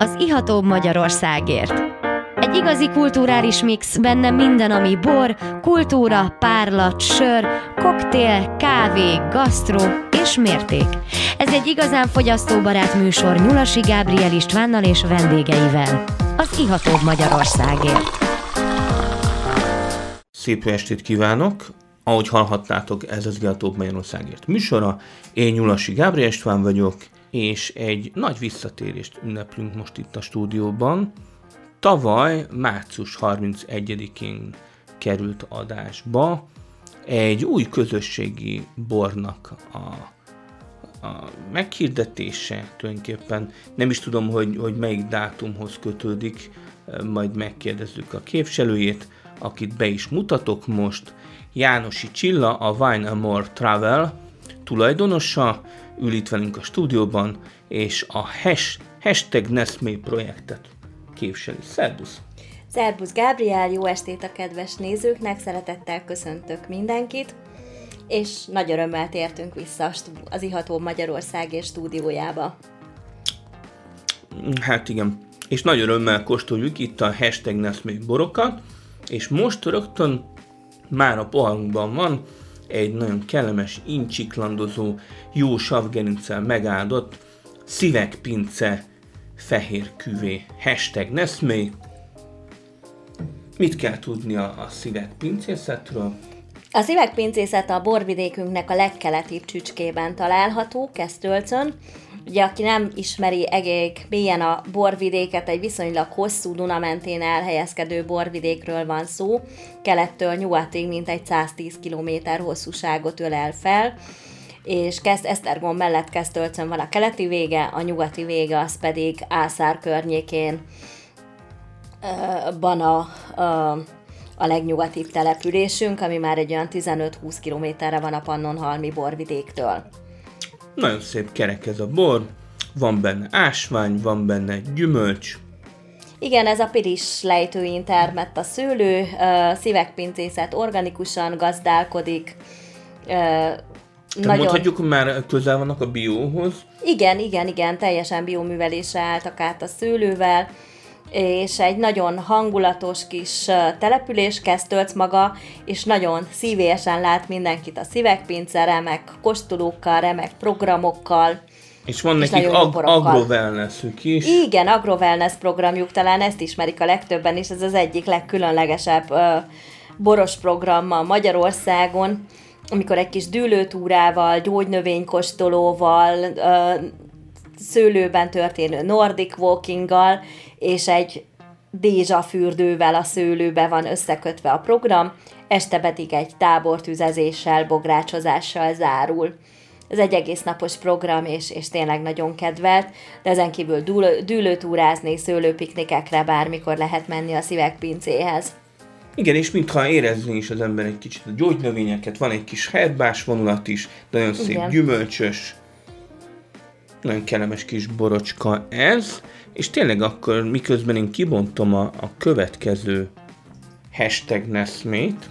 az ihatóbb Magyarországért. Egy igazi kulturális mix, benne minden, ami bor, kultúra, párlat, sör, koktél, kávé, gasztró és mérték. Ez egy igazán fogyasztóbarát műsor Nyulasi Gábriel Istvánnal és vendégeivel. Az ihatóbb Magyarországért. Szép estét kívánok! Ahogy hallhattátok, ez az ihatóbb Magyarországért műsora. Én Nyulasi Gábriel István vagyok, és egy nagy visszatérést ünneplünk most itt a stúdióban. Tavaly március 31-én került adásba egy új közösségi bornak a meghirdetése, tulajdonképpen nem is tudom, hogy melyik dátumhoz kötődik, majd megkérdezzük a képviselőjét, akit be is mutatok most. Jánosi Csilla, a Wine and More Travel tulajdonosa, ül itt velünk a stúdióban, és a Hashtag Neszmé projektet képviseli. Szerbusz! Szerbusz Gábriel, jó estét a kedves nézőknek, szeretettel köszöntök mindenkit, és nagy örömmel tértünk vissza az Iható Magyarországért stúdiójába. Hát igen, és nagy örömmel kóstoljuk itt a Hashtag Neszmé borokat, és most rögtön már a poharunkban van egy nagyon kellemes, incsiklandozó, jó savgerinccel megáldott szivegpince fehér küvé. Hashtag Neszmé. Mit kell tudni a szivegpincészetről? A szivegpincészet a borvidékünknek a legkeletibb csücskében található, Kesztölcön. Ugye, aki nem ismeri egész mélyen a borvidéket, egy viszonylag hosszú Duna mentén elhelyezkedő borvidékről van szó, kelettől nyugatig mintegy 110 km hosszúságot ölel fel, és Esztergom mellett Kesztölcön van a keleti vége, a nyugati vége az pedig Ászár környékén van a legnyugatibb településünk, ami már egy olyan 15-20 kilométerre van a Pannonhalmi borvidéktől. Nagyon szép kerek ez a bor, van benne ásvány, van benne gyümölcs. Igen, ez a piris lejtőin termett a szőlő, szivegpincészet organikusan gazdálkodik. Mondhatjuk, hogy már közel vannak a bióhoz. Igen, teljesen bioművelésre álltak át a szőlővel, és egy nagyon hangulatos kis település, Kesztölc maga, és nagyon szívélyesen lát mindenkit a szivegpince, remek kóstolókkal, remek programokkal. És van nekik agro-wellnessük is. Igen, agro-wellness programjuk, talán ezt ismerik a legtöbben, és ez az egyik legkülönlegesebb boros program Magyarországon, amikor egy kis dűlőtúrával, gyógynövénykóstolóval, szőlőben történő Nordic walkinggal, és egy dézsafürdővel a szőlőbe van összekötve a program, este pedig egy tábortüzezéssel, bográcsozással zárul. Ez egy egész napos program, és tényleg nagyon kedvelt, de ezen kívül dűlőtúrázni, szőlőpiknikekre bármikor lehet menni a szivegpincéhez. Igen, és mintha érezni is az ember egy kicsit a gyógynövényeket, van egy kis herbás vonulat is, nagyon szép, igen, gyümölcsös, nagyon kellemes kis borocska ez, és tényleg akkor miközben én kibontom a következő Hashtag Neszmét,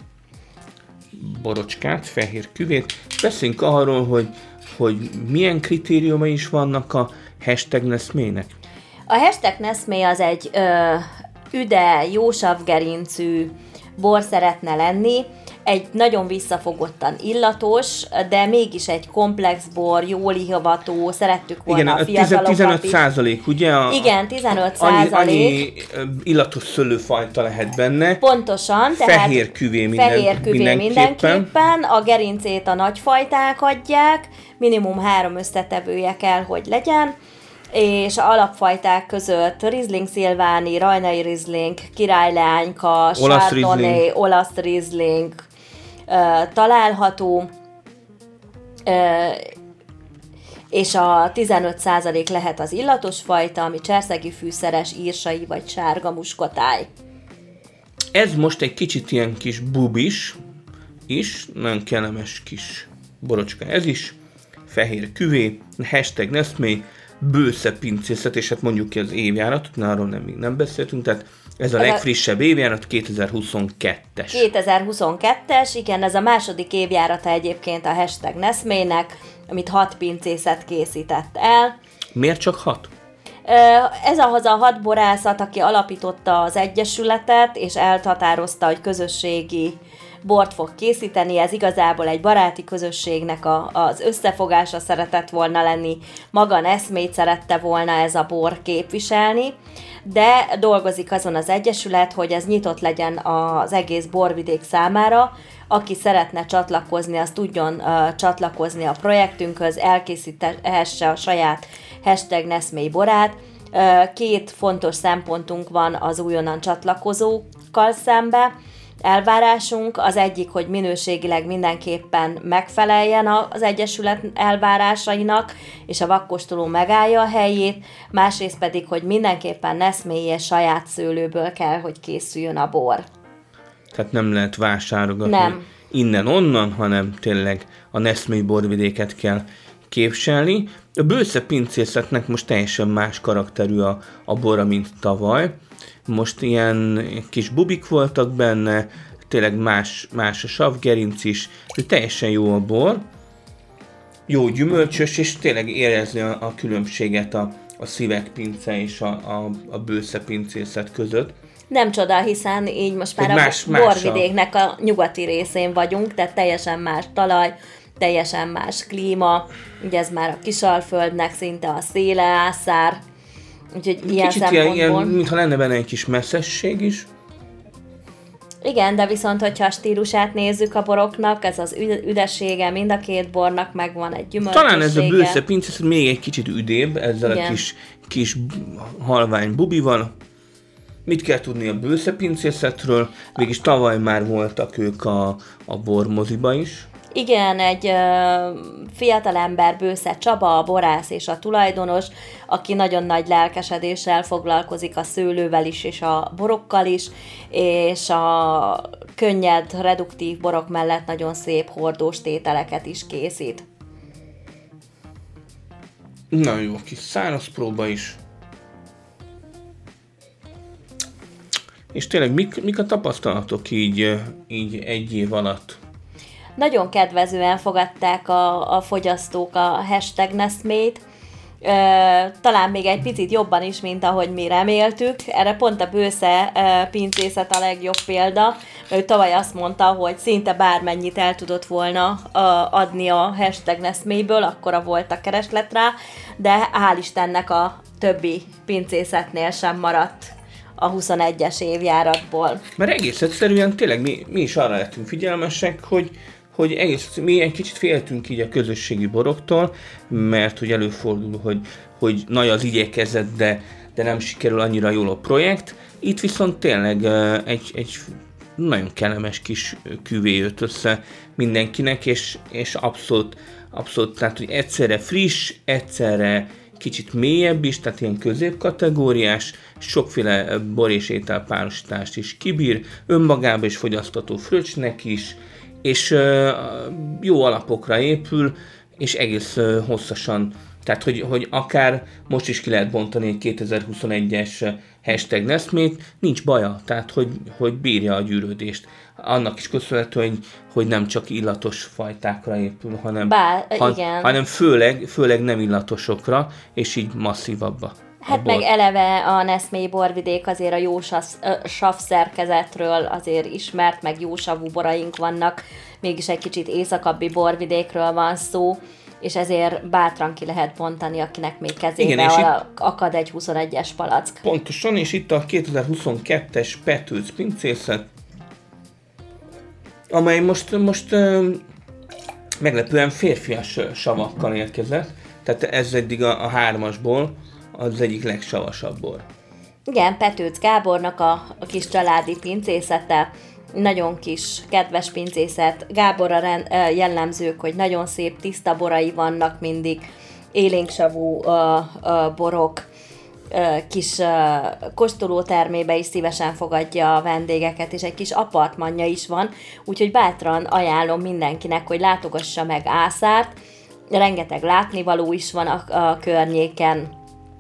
borocskát, fehér küvét, beszéljünk arról, hogy milyen kritériumai is vannak a Hashtag Neszmének. A Hashtag Neszmé az egy üde, jósavgerincű bor szeretne lenni, egy nagyon visszafogottan illatos, de mégis egy komplex bor, jól ihavató, szerettük volna a fiatalokat 15%, ugye? Igen, 15%. Annyi illatos szőlőfajta lehet benne. Pontosan. Fehér küvé mindenképpen. A gerincét a nagyfajták adják, minimum 3 összetevője kell, hogy legyen, és alapfajták között Riesling Szilváni, Rajnai Riesling, Királyleányka, Chardonnay, olasz Riesling található, és a 15% lehet az illatos fajta, ami cserszegi fűszeres, írsai vagy sárga muskotáj. Ez most egy kicsit ilyen kis bubis is, nagyon kellemes kis borocska ez is, fehér küvé, Hashtag Neszmé, bősze pincészet, és hát mondjuk ki az évjáratot, arról nem beszéltünk, tehát ez a legfrissebb évjárat, 2022-es. 2022-es, igen, ez a második évjárata egyébként a Hashtag Neszmének, amit 6 pincészet készített el. Miért csak 6? Ez az a 6 borászat, aki alapította az egyesületet, és elhatározta, hogy közösségi bort fog készíteni, ez igazából egy baráti közösségnek az összefogása szeretett volna lenni, maga Nesmét szerette volna ez a bor képviselni, de dolgozik azon az egyesület, hogy ez nyitott legyen az egész borvidék számára, aki szeretne csatlakozni, az tudjon csatlakozni a projektünkhöz, elkészíthesse a saját #Nesmé borát. 2 fontos szempontunk van az újonnan csatlakozókkal szembe. Elvárásunk az egyik, hogy minőségileg mindenképpen megfeleljen az egyesület elvárásainak, és a vakkóstoló megállja a helyét, másrészt pedig, hogy mindenképpen Nesméje saját szőlőből kell, hogy készüljön a bor. Tehát nem lehet vásárolni innen-onnan, hanem tényleg a Nesmé borvidéket kell képviselni. A Bősze pincészetnek most teljesen más karakterű a bora, mint tavaly. Most ilyen kis bubik voltak benne, tényleg más a savgerinc is, de teljesen jó a bor, jó gyümölcsös, és tényleg érezni a különbséget a Szivek pince és a Bősze pincészet között. Nem csoda, hiszen így most már a borvidéknek a nyugati részén vagyunk, tehát teljesen más talaj, teljesen más klíma, ugye ez már a Kisalföldnek szinte a széle ászár, úgyhogy ilyen kicsit szempontból... ilyen, mintha lenne benne egy kis messzesség is. Igen, de viszont, hogyha a stílusát nézzük a boroknak, ez az üdessége, mind a 2 bornak megvan egy gyümölcsössége. Talán ez a Bősze pincészet még egy kicsit üdébb, ezzel igen. A kis halvány bubival. Mit kell tudni a Bősze pincészetről? Mégis tavaly már voltak ők a bormoziba is. Igen, egy fiatalember, Bősze Csaba, a borász és a tulajdonos, aki nagyon nagy lelkesedéssel foglalkozik a szőlővel is, és a borokkal is, és a könnyed, reduktív borok mellett nagyon szép hordós tételeket is készít. Nagyon jó kis száraz próba is. És tényleg mik a tapasztalatok így egy év alatt? Nagyon kedvezően fogadták a fogyasztók a #Nesmét, talán még egy picit jobban is, mint ahogy mi reméltük. Erre pont a Bősze pincészet a legjobb példa, mert ő tavaly azt mondta, hogy szinte bármennyit el tudott volna adni a #Nesméből, akkora volt a kereslet rá, de hál' Istennek a többi pincészetnél sem maradt a 21-es évjáratból. Mert egész egyszerűen tényleg mi is arra lettünk figyelmesek, hogy mi egy kicsit féltünk így a közösségi boroktól, mert hogy előfordul, hogy nagy az igyekezet, de nem sikerül annyira jól a projekt. Itt viszont tényleg egy nagyon kellemes kis küvé jött össze mindenkinek, és abszolút, tehát hogy egyszerre friss, egyszerre kicsit mélyebb is, tehát ilyen középkategóriás, sokféle bor és ételpárosítást is kibír, önmagában is fogyasztható fröccsnek is, és jó alapokra épül, és egész hosszasan, tehát hogy akár most is ki lehet bontani egy 2021-es #Nesmét, nincs baja, tehát hogy bírja a gyűrődést. Annak is köszönhető, hogy nem csak illatos fajtákra épül, hanem főleg nem illatosokra, és így masszívabb. Hát meg eleve a Nesmé borvidék azért a jó sav szerkezetről azért ismert, meg jó savú boraink vannak, mégis egy kicsit északabbi borvidékről van szó, és ezért bátran ki lehet bontani, akinek még kezébe akad egy 21-es palack. Pontosan, és itt a 2022-es Petőc pincészet, amely most meglepően férfias savakkal érkezett, tehát ez eddig a 3-asból az egyik legsavasabb bor. Igen, Petőc Gábornak a kis családi pincészete, nagyon kis, kedves pincészet. Gáborra jellemzők, hogy nagyon szép, tiszta borai vannak mindig, élénksavú borok, kis kóstolótermébe is szívesen fogadja a vendégeket, és egy kis apartmanja is van, úgyhogy bátran ajánlom mindenkinek, hogy látogassa meg Ászárt, rengeteg látnivaló is van a környéken,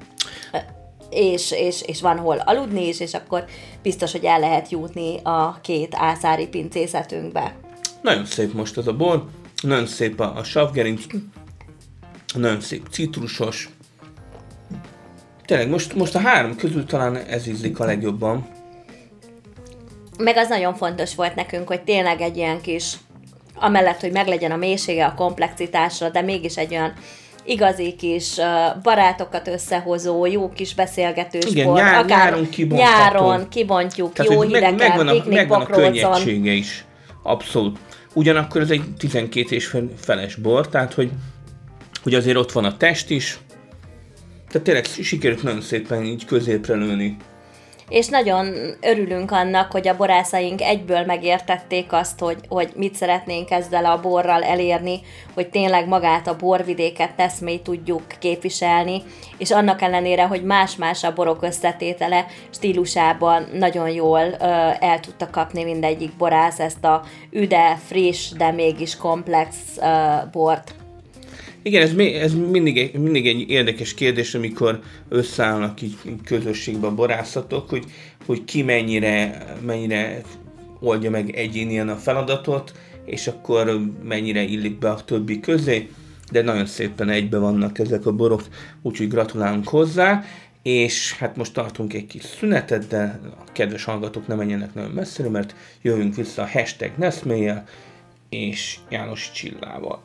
és van hol aludni is, és akkor biztos, hogy el lehet jutni a 2 ászári pincészetünkbe. Nagyon szép most ez a bor, nagyon szép a savgerinc, nagyon szép citrusos, Tényleg, most a 3 közül talán ez ízlik a legjobban. Meg az nagyon fontos volt nekünk, hogy tényleg egy ilyen kis, amellett, hogy meglegyen a mélysége, a komplexitásra, de mégis egy olyan igazi kis barátokat összehozó, jó kis beszélgetős igen, nyáron kibontható. Nyáron kibontjuk, tehát, jó hidegen, megvan a könnyedsége is. Abszolút. Ugyanakkor ez egy 12 és feles bor, tehát hogy azért ott van a test is. Tehát tényleg sikerült nagyon szépen így középre lőni. És nagyon örülünk annak, hogy a borászaink egyből megértették azt, hogy mit szeretnénk ezzel a borral elérni, hogy tényleg magát a borvidéket, Neszmélyt tudjuk képviselni, és annak ellenére, hogy más-más a borok összetétele, stílusában nagyon jól el tudta kapni mindegyik borász ezt a üde, friss, de mégis komplex bort. Igen, ez mindig egy érdekes kérdés, amikor összeállnak így közösségbe a borászatok, hogy ki mennyire oldja meg egyénien a feladatot, és akkor mennyire illik be a többi közé, de nagyon szépen egybe vannak ezek a borok, úgyhogy gratulálunk hozzá, és hát most tartunk egy kis szünetet, de a kedves hallgatók ne menjenek nagyon messzire, mert jövünk vissza a #Neszmélyel és János Csillával.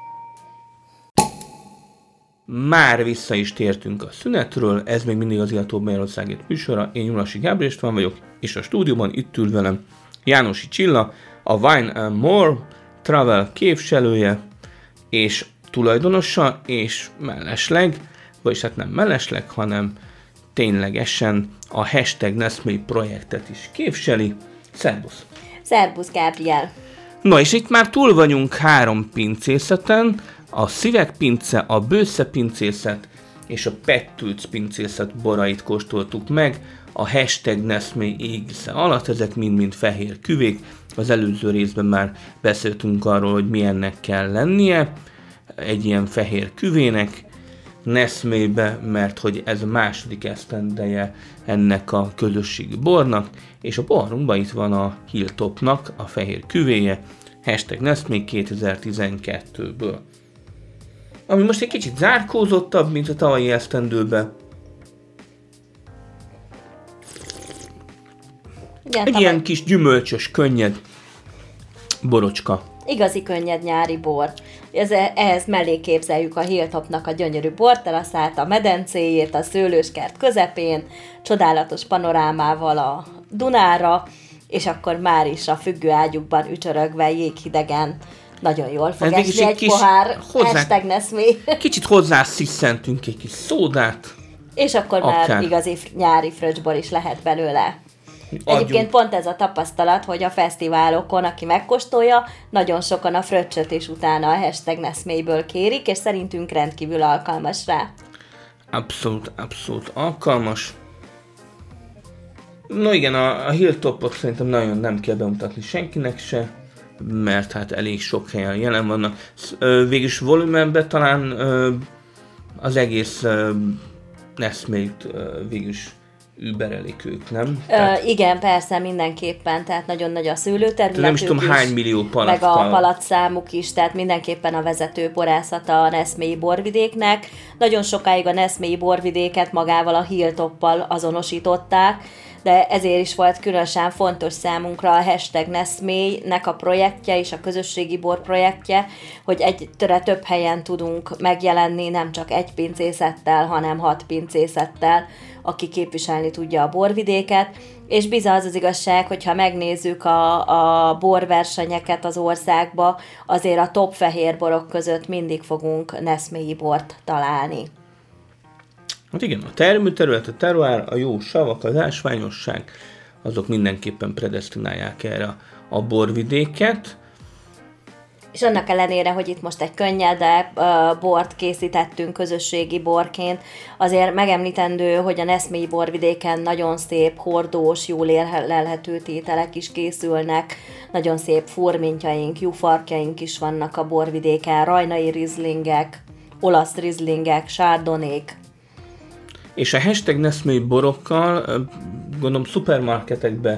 Már vissza is tértünk a szünetről, ez még mindig az Életóbb Magyarországért műsora, én Nyulasi Gábor István vagyok, és a stúdióban itt ül velem Jánosi Csilla, a Wine and More Travel képviselője, és tulajdonosa, és mellesleg, vagyis hát nem mellesleg, hanem ténylegesen a #Neszmély projektet is képviseli. Szerbusz! Szerbusz, Gábriel! Na és itt már túl vagyunk 3 pincészeten, a Szivek pince, a Bősze pincészet és a Pettülc pincészet borait kóstoltuk meg a #Neszmély égisze alatt, ezek mind-mind fehér küvék. Az előző részben már beszéltünk arról, hogy milyennek kell lennie egy ilyen fehér küvének Neszmélybe, mert hogy ez a második esztendeje ennek a közösségi bornak, és a borunkban itt van a Hilltopnak a fehér küvéje, #Neszmély 2012-ből. Ami most egy kicsit zárkózottabb, mint a tavalyi esztendőben. Igen, egy ilyen kis gyümölcsös, könnyed borocska. Igazi könnyed nyári bor. Ehhez mellé képzeljük a Hilltopnak a gyönyörű borteraszát, a medencéjét, a szőlőskert közepén, csodálatos panorámával a Dunára, és akkor már is a függőágyukban ücsörögve, jéghidegen nagyon jól fog esni egy pohár #Neszmély. Kicsit hozzásziszentünk egy kis szódát. És akkor már igazi nyári fröccsbor is lehet belőle. Egyébként pont ez a tapasztalat, hogy a fesztiválokon, aki megkóstolja, nagyon sokan a fröccsöt is utána a #Neszmélyből kérik, és szerintünk rendkívül alkalmas rá. Abszolút alkalmas. No igen, a Hilltopot szerintem nagyon nem kell bemutatni senkinek se, mert hát elég sok helyen jelen vannak. Végülis volumenben talán az egész Neszmélyt végülis überelik ők, nem? Igen, persze, mindenképpen, tehát nagyon nagy a szőlőterületük nem is tudom, hány millió palattal. Meg a palatszámuk is, tehát mindenképpen a vezető borászata a Neszmélyi borvidéknek. Nagyon sokáig a Neszmélyi borvidéket magával a Hilltoppal azonosították, de ezért is volt különösen fontos számunkra a #Neszmélynek a projektje és a közösségi bor projektje, hogy egyre több helyen tudunk megjelenni, nem csak egy pincészettel, hanem 6 pincészettel, aki képviselni tudja a borvidéket, és bizony az igazság, hogyha megnézzük a borversenyeket az országba, azért a top fehér borok között mindig fogunk neszmélyi bort találni. Hát igen, a termőterület, a terroár, a jó savak, az ásványosság, azok mindenképpen predesztinálják erre a borvidéket. És annak ellenére, hogy itt most egy könnyedebb bort készítettünk közösségi borként, azért megemlítendő, hogy a Neszmélyi borvidéken nagyon szép, hordós, jól érlelhető tételek is készülnek, nagyon szép furmintjaink, jufarkjaink is vannak a borvidéken, rajnai rizlingek, olasz rizlingek, sárdonyék. És a #Neszmély borokkal, gondolom, szupermarketekbe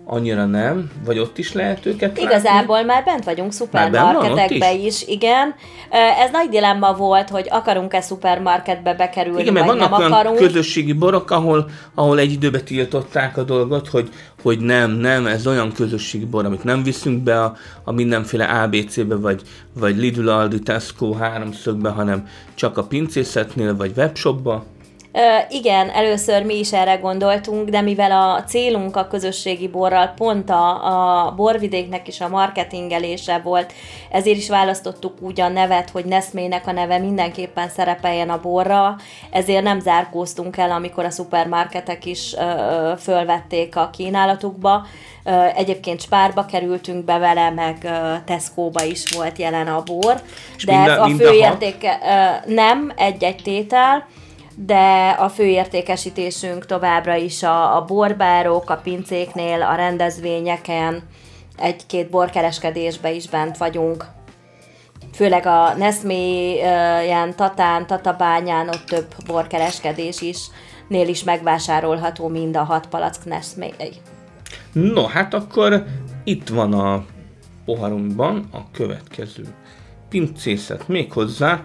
annyira nem, vagy ott is lehet őket látni? Igazából már bent vagyunk szupermarketekbe is, igen. Ez nagy dilemma volt, hogy akarunk-e szupermarketbe bekerülni, igen, vagy nem akarunk. Igen, akarunk. Vannak közösségi borok, ahol egy időben tiltották a dolgot, hogy nem, ez olyan közösségi bor, amit nem viszünk be a mindenféle ABC-be, vagy Lidl, Aldi, Tesco háromszögbe, hanem csak a pincészetnél, vagy webshopba. Igen, először mi is erre gondoltunk, de mivel a célunk a közösségi borral pont a borvidéknek is a marketingelése volt, ezért is választottuk úgy a nevet, hogy Nesmének a neve mindenképpen szerepeljen a borra, ezért nem zárkóztunk el, amikor a szupermarketek is fölvették a kínálatukba. Egyébként Spárba kerültünk be vele, meg Tesco-ba is volt jelen a bor, de a főértéke nem egy-egy tétel, de a főértékesítésünk továbbra is a borbárok, a pincéknél, a rendezvényeken, egy-két borkereskedésbe is bent vagyunk. Főleg a Nesmé-en, Tatán, Tatabányán, ott több borkereskedés is, nél is megvásárolható mind a 6 palack Nesmé. No, hát akkor itt van a poharunkban a következő pincészet, méghozzá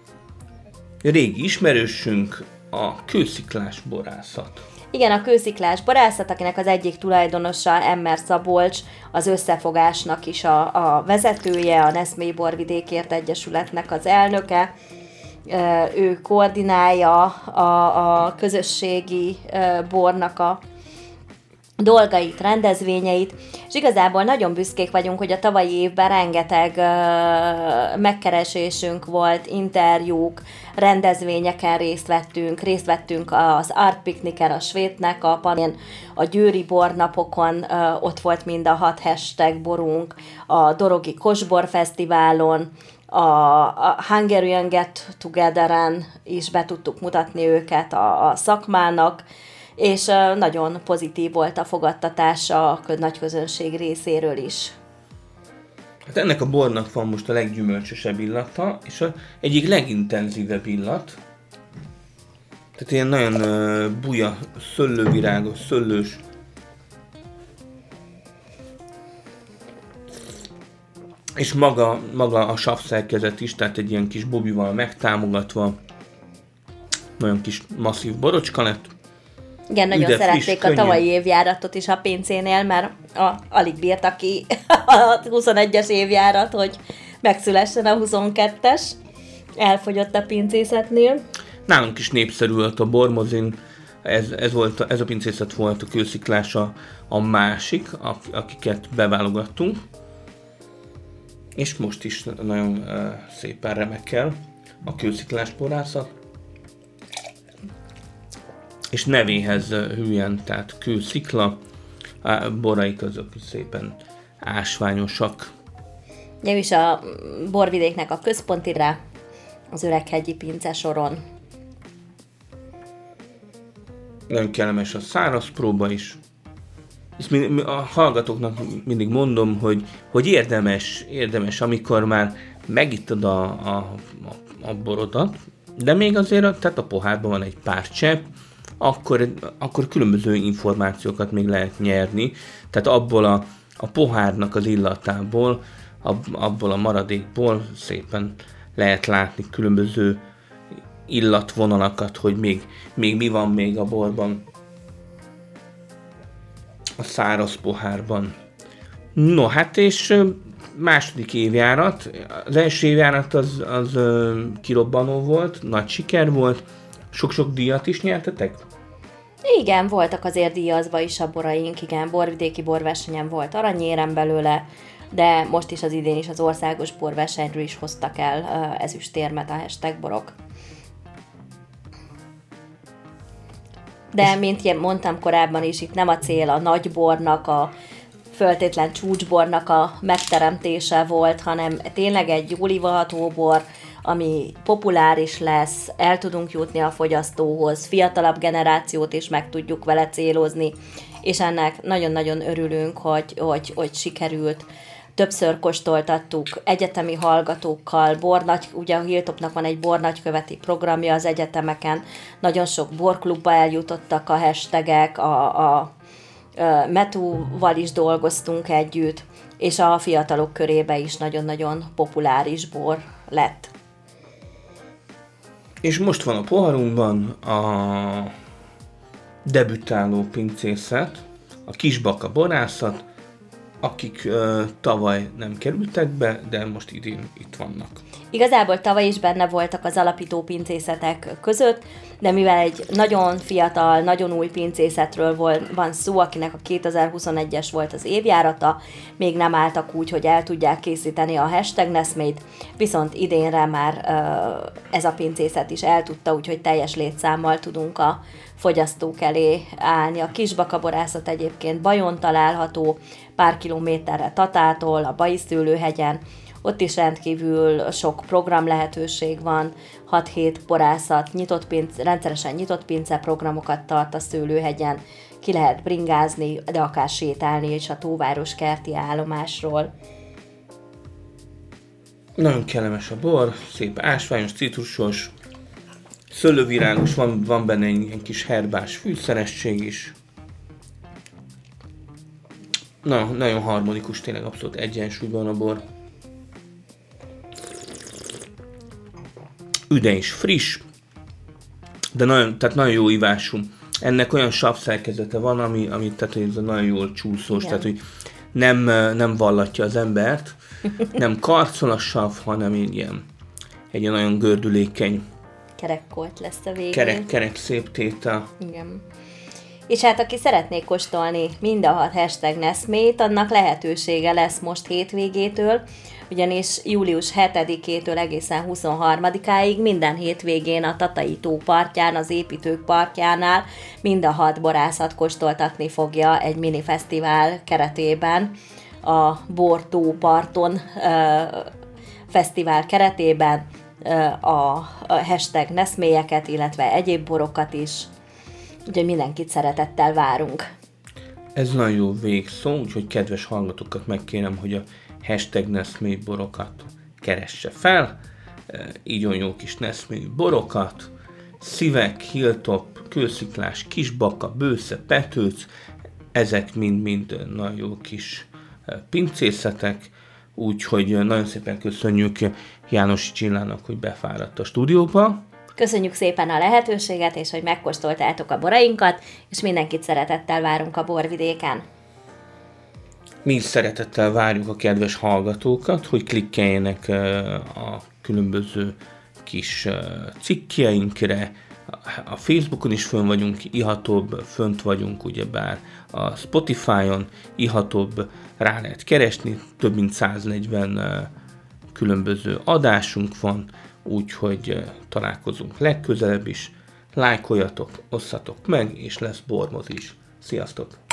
régi ismerősünk, a Kősziklás borászat. Igen, a Kősziklás borászat, akinek az egyik tulajdonosa Emmer Szabolcs, az összefogásnak is a vezetője, a Nesmé Borvidékért Egyesületnek az elnöke. Ő koordinálja a közösségi bornak a dolgait, rendezvényeit, és igazából nagyon büszkék vagyunk, hogy a tavalyi évben rengeteg megkeresésünk volt, interjúk, rendezvényeken részt vettünk az Art Picnicen, a Svétnek a panén, a Győri bornapokon, ott volt mind a 6 hashtag borunk, a Dorogi Kosbor Fesztiválon, a Hungarian Get Togetheren is be tudtuk mutatni őket a szakmának, és nagyon pozitív volt a fogadtatása a nagy közönség részéről is. Hát ennek a bornak van most a leggyümölcsösebb illata, és egyik legintenzívebb illat. Tehát ilyen nagyon buja, szőlővirágos, szőlős. És maga a savszerkezet is, tehát egy ilyen kis bobival megtámogatva, nagyon kis masszív borocska lett. Igen, nagyon szerették a tavalyi évjáratot is a pincénél, mert alig bírta ki a 21-es évjárat, hogy megszülessen a 22-es. Elfogyott a pincészetnél. Nálunk is népszerű volt a bormozin, ez a pincészet volt a Kősziklás a másik, akiket beválogattunk. És most is nagyon szépen remekkel a Kősziklás borászat. És nevéhez hülyen, tehát kőszikla, a boraik azok szépen ásványosak. Ő is a borvidéknek a központi rá, az Öreghegyi pince soron. Nagyon kellemes a száraz próba is. Ezt a hallgatóknak mindig mondom, hogy érdemes, amikor már megittad a borodat, de még azért tehát a pohárban van egy pár csepp, akkor különböző információkat még lehet nyerni. Tehát abból a pohárnak az illatából, abból a maradékból szépen lehet látni különböző illatvonalakat, hogy még mi van még a borban, a száraz pohárban. No, hát és második évjárat, az első évjárat az kirobbanó volt, nagy siker volt, sok-sok díjat is nyertetek? Igen, voltak azért díjazva is a boraink, igen, borvidéki borversenyen volt aranyérem belőle, de most is az idén is az országos borversenyről is hoztak el ezüstérmet a hashtag borok. De, mint mondtam korábban is, itt nem a cél a nagy bornak, a föltétlen csúcsbornak a megteremtése volt, hanem tényleg egy jól ivalható bor, ami populáris lesz, el tudunk jutni a fogyasztóhoz, fiatalabb generációt is meg tudjuk vele célozni, és ennek nagyon-nagyon örülünk, hogy sikerült. Többször kóstoltattuk egyetemi hallgatókkal, ugye a Hilltopnak van egy bornagyköveti programja az egyetemeken, nagyon sok borklubba eljutottak a hashtagek, a Metúval is dolgoztunk együtt, és a fiatalok körébe is nagyon-nagyon populáris bor lett. És most van a poharunkban a debütáló pincészet, a Kisbaka borászat, akik tavaly nem kerültek be, de most idén itt vannak. Igazából tavaly is benne voltak az alapító pincészetek között, de mivel egy nagyon fiatal, nagyon új pincészetről van szó, akinek a 2021-es volt az évjárata, még nem álltak úgy, hogy el tudják készíteni a hashtag Neszmét, viszont idénre már ez a pincészet is el tudta, úgyhogy teljes létszámmal tudunk a fogyasztók elé állni. A Kisbaka borászat egyébként Bajon található, pár kilométerre Tatától, a Baiszőlőhegyen. Ott is rendkívül sok program lehetőség van, 6-7 borászat, rendszeresen nyitott pince programokat tart a Szőlőhegyen, ki lehet bringázni, de akár sétálni is a Tóváros kerti állomásról. Nagyon kellemes a bor, szép ásványos, citrusos, szőlővirágos, van benne egy kis herbás fűszeresség is. Nagyon harmonikus, tényleg abszolút egyensúlyban a bor. Üde is friss, de nagyon jó ivású. Ennek olyan savszerkezete van, ami tehát ez nagyon jól csúszós, tehát hogy nem vallatja az embert, nem karcol a sav, hanem egy ilyen nagyon gördülékeny, kerekkolt lesz a végén. Kerek szép tétel. Igen. És hát aki szeretné kóstolni mind a 6 hashtag Neszmét, annak lehetősége lesz most hétvégétől, ugyanis július 7-től egészen 23-áig minden hétvégén a Tatai tó partján, az Építők parkjánál mind a 6 borászat kóstoltatni fogja egy mini fesztivál keretében, a Bortó parton fesztivál keretében a hashtag Neszmélyeket, illetve egyéb borokat is. Úgyhogy mindenkit szeretettel várunk. Ez nagyon jó végszó, úgyhogy kedves hallgatókat megkérem, hogy a hashtag Neszmély borokat keresse fel. Így olyan jó kis Neszmély borokat. Szívek, Hilltop, Kősziklás, Kisbaka, Bősze, Petőc, ezek mind nagyon jó kis pincészetek. Úgyhogy nagyon szépen köszönjük Jánosi Csillának, hogy befáradt a stúdióba. Köszönjük szépen a lehetőséget, és hogy megkóstoltátok a borainkat, és mindenkit szeretettel várunk a Borvidéken. Mi is szeretettel várjuk a kedves hallgatókat, hogy klikkeljenek a különböző kis cikkjeinkre. A Facebookon is fönn vagyunk, ihatóbb, fönt vagyunk ugyebár a Spotify-on, ihatóbb rá lehet keresni, több mint 140 különböző adásunk van, úgyhogy találkozunk legközelebb is. Lájkoljatok, osszatok meg, és lesz bormoz is. Sziasztok!